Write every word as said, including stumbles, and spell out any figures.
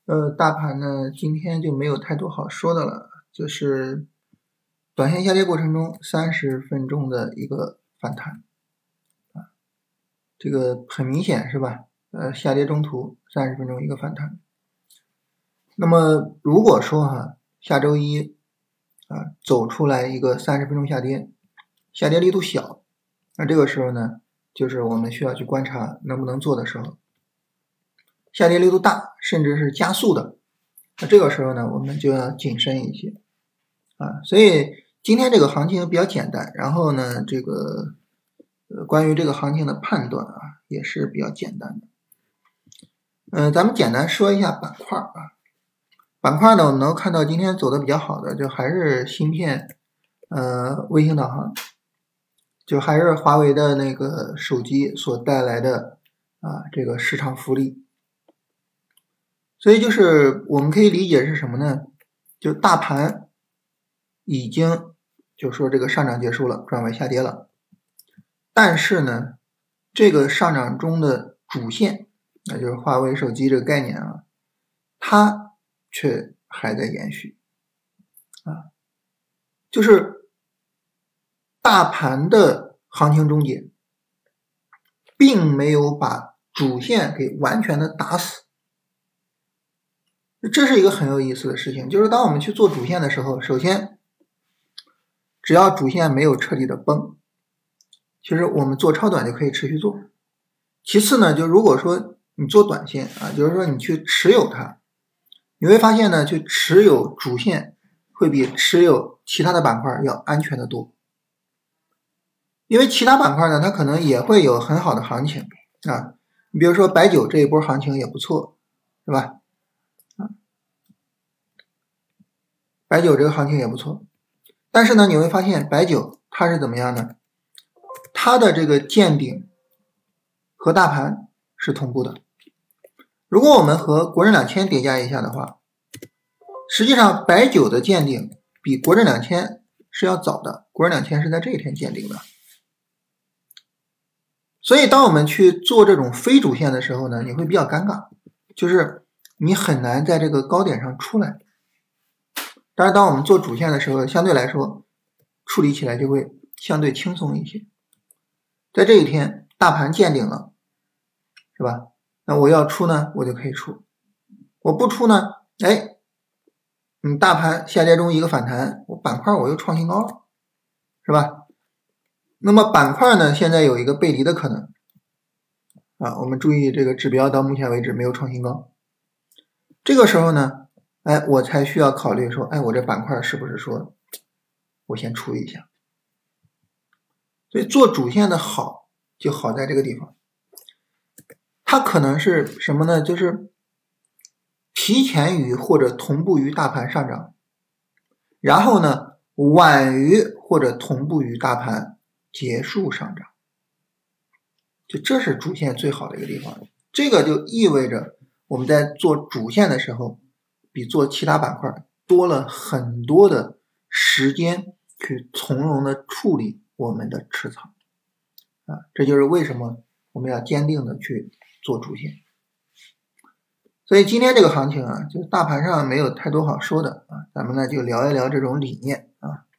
呃，大盘呢，今天就没有太多好说的了，就是短线下跌过程中三十分钟的一个反弹啊，这个很明显是吧？呃，下跌中途三十分钟一个反弹。那么如果说哈，下周一啊走出来一个三十分钟下跌，下跌力度小，那这个时候呢，就是我们需要去观察能不能做的时候。下跌力度大，甚至是加速的，那这个时候呢，我们就要谨慎一些啊。所以今天这个行情比较简单，然后呢，这个呃关于这个行情的判断啊，也是比较简单的。嗯、呃，咱们简单说一下板块啊。板块呢，我们能看到今天走的比较好的，就还是芯片，呃，卫星导航，就还是华为的那个手机所带来的啊这个市场福利。所以就是我们可以理解是什么呢？就大盘已经就说这个上涨结束了，转为下跌了，但是呢，这个上涨中的主线，那就是华为手机这个概念啊，它却还在延续啊，就是大盘的行情终结，并没有把主线给完全的打死。这是一个很有意思的事情，就是当我们去做主线的时候，首先只要主线没有彻底的崩，其实我们做超短就可以持续做。其次呢，就如果说你做短线啊，就是说你去持有它，你会发现呢，去持有主线会比持有其他的板块要安全的多。因为其他板块呢，它可能也会有很好的行情啊，你比如说白酒这一波行情也不错，是吧？白酒这个行情也不错，但是呢，你会发现白酒它是怎么样呢？它的这个见顶和大盘是同步的。如果我们和国证两千叠加一下的话，实际上白酒的见顶比国证两千是要早的，国证两千是在这一天见顶的。所以当我们去做这种非主线的时候呢，你会比较尴尬，就是你很难在这个高点上出来。但是当我们做主线的时候，相对来说处理起来就会相对轻松一些。在这一天大盘见顶了，是吧？那我要出呢，我就可以出。我不出呢，哎，你大盘下跌中一个反弹，我板块我又创新高了，是吧？那么板块呢，现在有一个背离的可能啊，我们注意这个指标到目前为止没有创新高。这个时候呢，哎，我才需要考虑说，哎，我这板块是不是说我先出一下。所以做主线的好就好在这个地方，它可能是什么呢？就是提前于或者同步于大盘上涨，然后呢晚于或者同步于大盘结束上涨，就这是主线最好的一个地方。这个就意味着我们在做主线的时候比做其他板块多了很多的时间去从容的处理我们的持仓啊，这就是为什么我们要坚定的去做主线。所以今天这个行情啊，就是大盘上没有太多好说的啊，咱们呢就聊一聊这种理念啊。